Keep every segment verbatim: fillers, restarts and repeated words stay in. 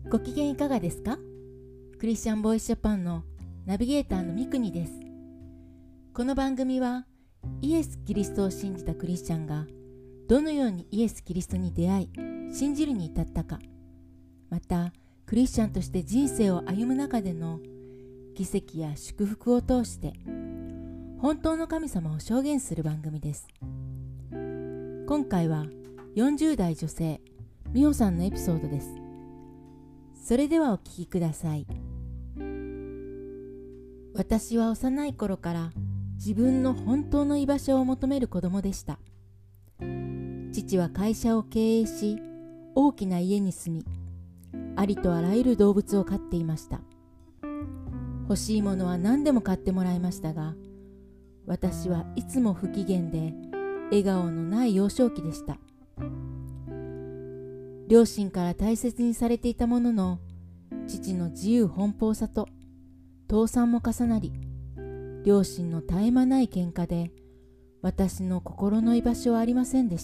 ご機嫌いかがですか？クリスチャンボイスジャパンのナビゲーターのミクニです。この番組はイエス・キリストを信じたクリスチャンがどのようにイエス・キリストに出会い信じるに至ったか、またクリスチャンとして人生を歩む中での奇跡や祝福を通して本当の神様を証言する番組です。今回はよんじゅう代女性美穂さんのエピソードです。それではお聞きください。私は幼い頃から自分の本当の居場所を求める子供でした。父は会社を経営し、大きな家に住み、ありとあらゆる動物を飼っていました。欲しいものは何でも買ってもらいましたが、私はいつも不機嫌で笑顔のない幼少期でした。両親から大切にされていたものの、父の自由奔放さと倒産も重なり、両親の絶え間ない喧嘩で私の心の居場所はありませんでした。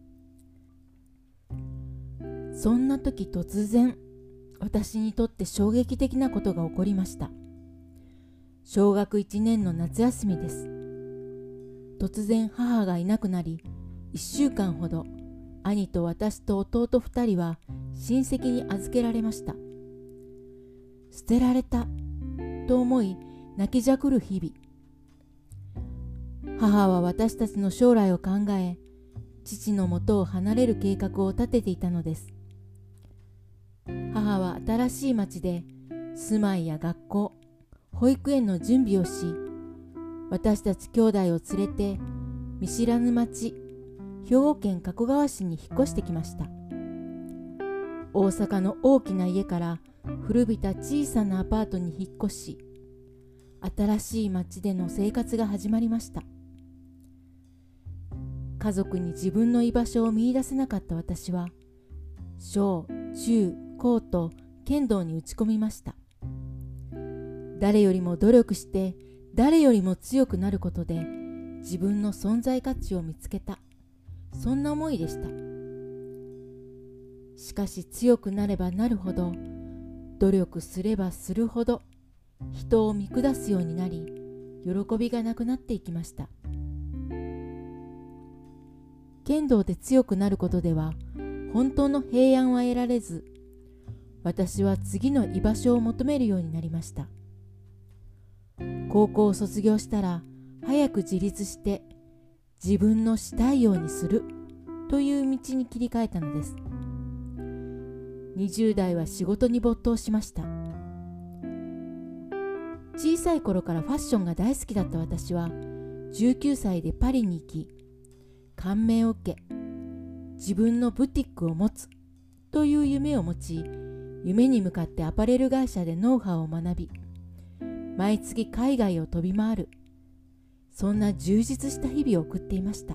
そんな時突然、私にとって衝撃的なことが起こりました。小学いちねんの夏休みです。突然母がいなくなり、いっしゅうかんほど兄と私と弟ふたりは親戚に預けられました。捨てられたと思い泣きじゃくる日々。母は私たちの将来を考え、父のもとを離れる計画を立てていたのです。母は新しい町で住まいや学校、保育園の準備をし、私たち兄弟を連れて見知らぬ町、兵庫県加古川市に引っ越してきました。大阪の大きな家から古びた小さなアパートに引っ越し、新しい町での生活が始まりました。家族に自分の居場所を見出せなかった私は、小、中、高と剣道に打ち込みました。誰よりも努力して、誰よりも強くなることで、自分の存在価値を見つけた。そんな思いでした。しかし強くなればなるほど、努力すればするほど、人を見下すようになり、喜びがなくなっていきました。剣道で強くなることでは、本当の平安は得られず、私は次の居場所を求めるようになりました。高校を卒業したら、早く自立して、自分のしたいようにするという道に切り替えたのです。にじゅう代は仕事に没頭しました。小さい頃からファッションが大好きだった私は、じゅうきゅうさいでパリに行き、感銘を受け、自分のブティックを持つという夢を持ち、夢に向かってアパレル会社でノウハウを学び、毎月海外を飛び回る、そんな充実した日々を送っていました。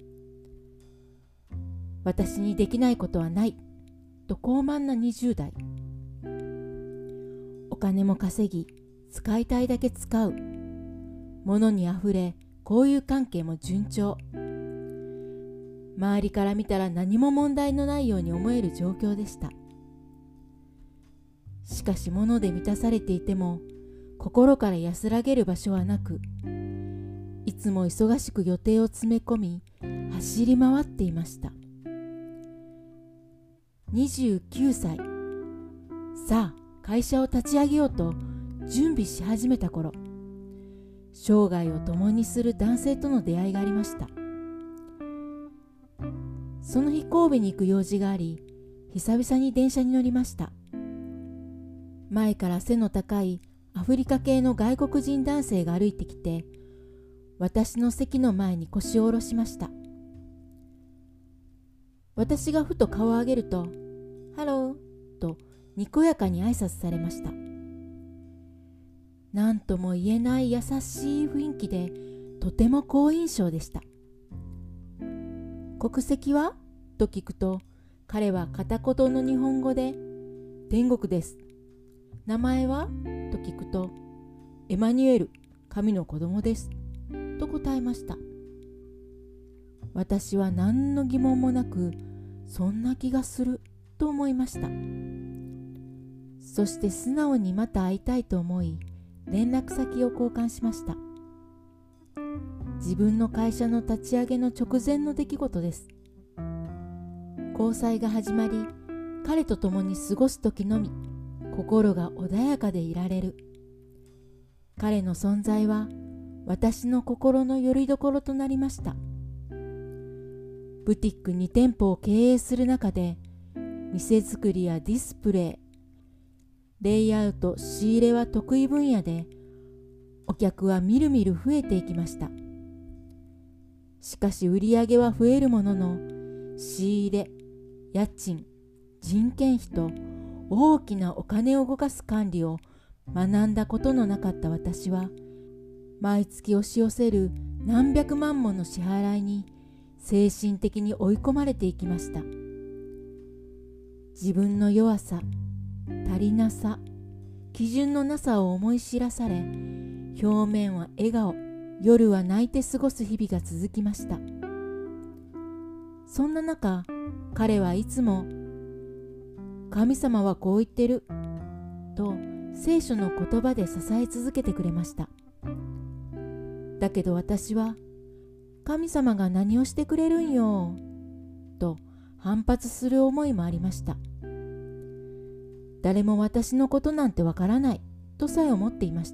私にできないことはないと高慢なにじゅう代。お金も稼ぎ、使いたいだけ使う。物にあふれ、交友関係も順調。周りから見たら何も問題のないように思える状況でした。しかし物で満たされていても、心から安らげる場所はなく、いつも忙しく予定を詰め込み、走り回っていました。にじゅうきゅうさい、さあ会社を立ち上げようと準備し始めた頃、生涯を共にする男性との出会いがありました。その日神戸に行く用事があり、久々に電車に乗りました。前から背の高いアフリカ系の外国人男性が歩いてきて、私の席の前に腰を下ろしました。私がふと顔を上げると、ハローとにこやかに挨拶されました。何とも言えない優しい雰囲気で、とても好印象でした。国籍はと聞くと、彼は片言の日本語で、天国です。名前はと聞くと、エマニュエル、神の子供です。と答えました。私は何の疑問もなく、そんな気がすると思いました。 そして素直にまた会いたいと思い、連絡先を交換しました。自分の会社の立ち上げの直前の出来事です。交際が始まり、彼と共に過ごす時のみ心が穏やかでいられる。彼の存在は私の心の拠り所となりました。ブティックに店舗を経営する中で、店作りやディスプレイ、レイアウト、仕入れは得意分野で、お客はみるみる増えていきました。しかし売り上げは増えるものの、仕入れ、家賃、人件費と大きなお金を動かす管理を学んだことのなかった私は、毎月押し寄せる何百万もの支払いに精神的に追い込まれていきました。自分の弱さ、足りなさ、基準のなさを思い知らされ、表面は笑顔、夜は泣いて過ごす日々が続きました。そんな中、彼はいつも神様はこう言ってると聖書の言葉で支え続けてくれました。だけど私は神様が何をしてくれるんよと反発する思いもありました。誰も私のことなんてわからないとさえ思っていました。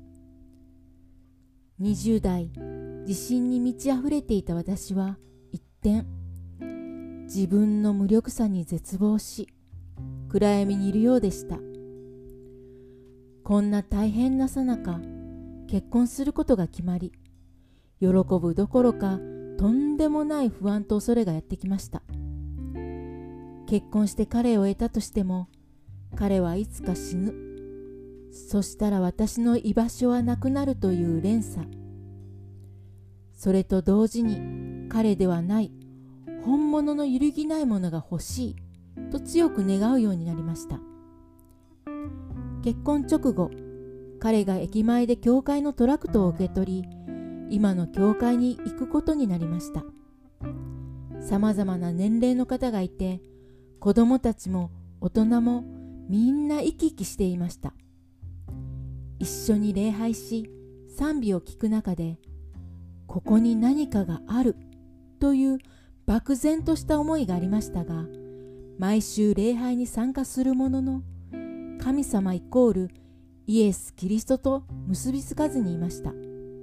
にじゅう代、自信に満ち溢れていた私は一転、自分の無力さに絶望し、暗闇にいるようでした。こんな大変なさなか、結婚することが決まり、喜ぶどころかとんでもない不安と恐れがやってきました。結婚して彼を得たとしても、彼はいつか死ぬ。そしたら私の居場所はなくなるという連鎖。それと同時に彼ではない本物の揺るぎないものが欲しいと強く願うようになりました。結婚直後、彼が駅前で教会のトラクトを受け取り、今の教会に行くことになりました。さまざまな年齢の方がいて、子供たちも大人もみんな生き生きしていました。一緒に礼拝し、賛美を聞く中で、ここに何かがあるという漠然とした思いがありましたが、毎週礼拝に参加するものの、神様イコールイエス・キリストと結びつかずにいました。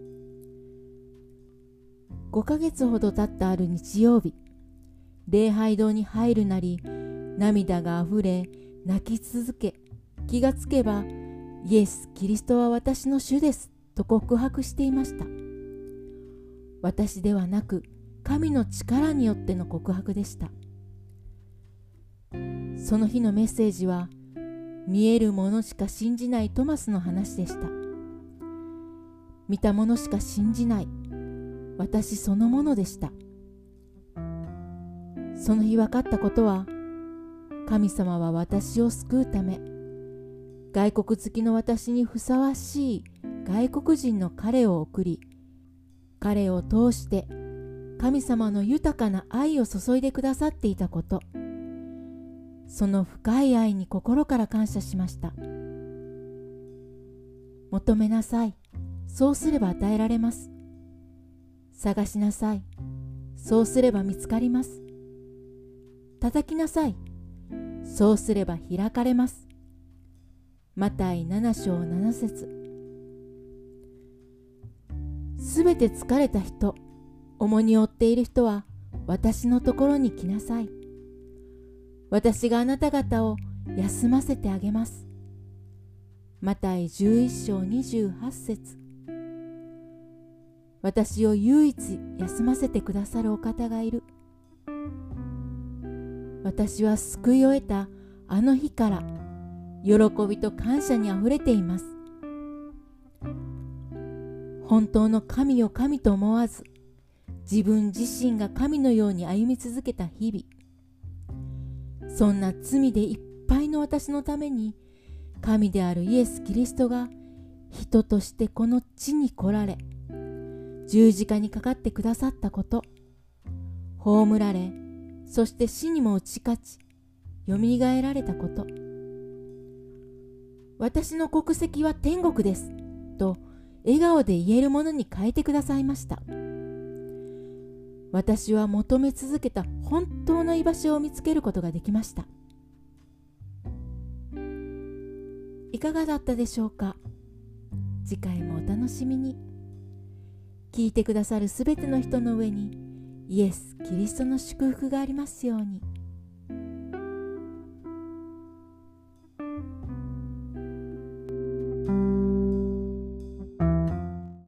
ごかげつほど経ったある日曜日、礼拝堂に入るなり、涙があふれ、泣き続け、気がつけば、イエス・キリストは私の主ですと告白していました。私ではなく、神の力によっての告白でした。その日のメッセージは、見えるものしか信じないトマスの話でした。見たものしか信じない、私そのものでした。その日分かったことは、神様は私を救うため、外国好きの私にふさわしい外国人の彼を送り、彼を通して神様の豊かな愛を注いでくださっていたこと、その深い愛に心から感謝しました。求めなさい、そうすれば与えられます。探しなさい、そうすれば見つかります。叩きなさい、そうすれば開かれます。マタイなな章なな節。すべて疲れた人、重荷を負っている人は私のところに来なさい。私があなた方を休ませてあげます。マタイじゅういち章にじゅうはち節。私を唯一休ませてくださるお方がいる。私は救いを得たあの日から喜びと感謝にあふれています。本当の神を神と思わず、自分自身が神のように歩み続けた日々。そんな罪でいっぱいの私のために、神であるイエス・キリストが人としてこの地に来られ、十字架にかかってくださったこと、葬られ、そして死にも打ち勝ち、よみがえられたこと、 私の国籍は天国ですと笑顔で言えるものに変えてくださいました。私は求め続けた本当の居場所を見つけることができました。いかがだったでしょうか。次回もお楽しみに。聞いてくださるすべての人の上にイエス・キリストの祝福がありますように。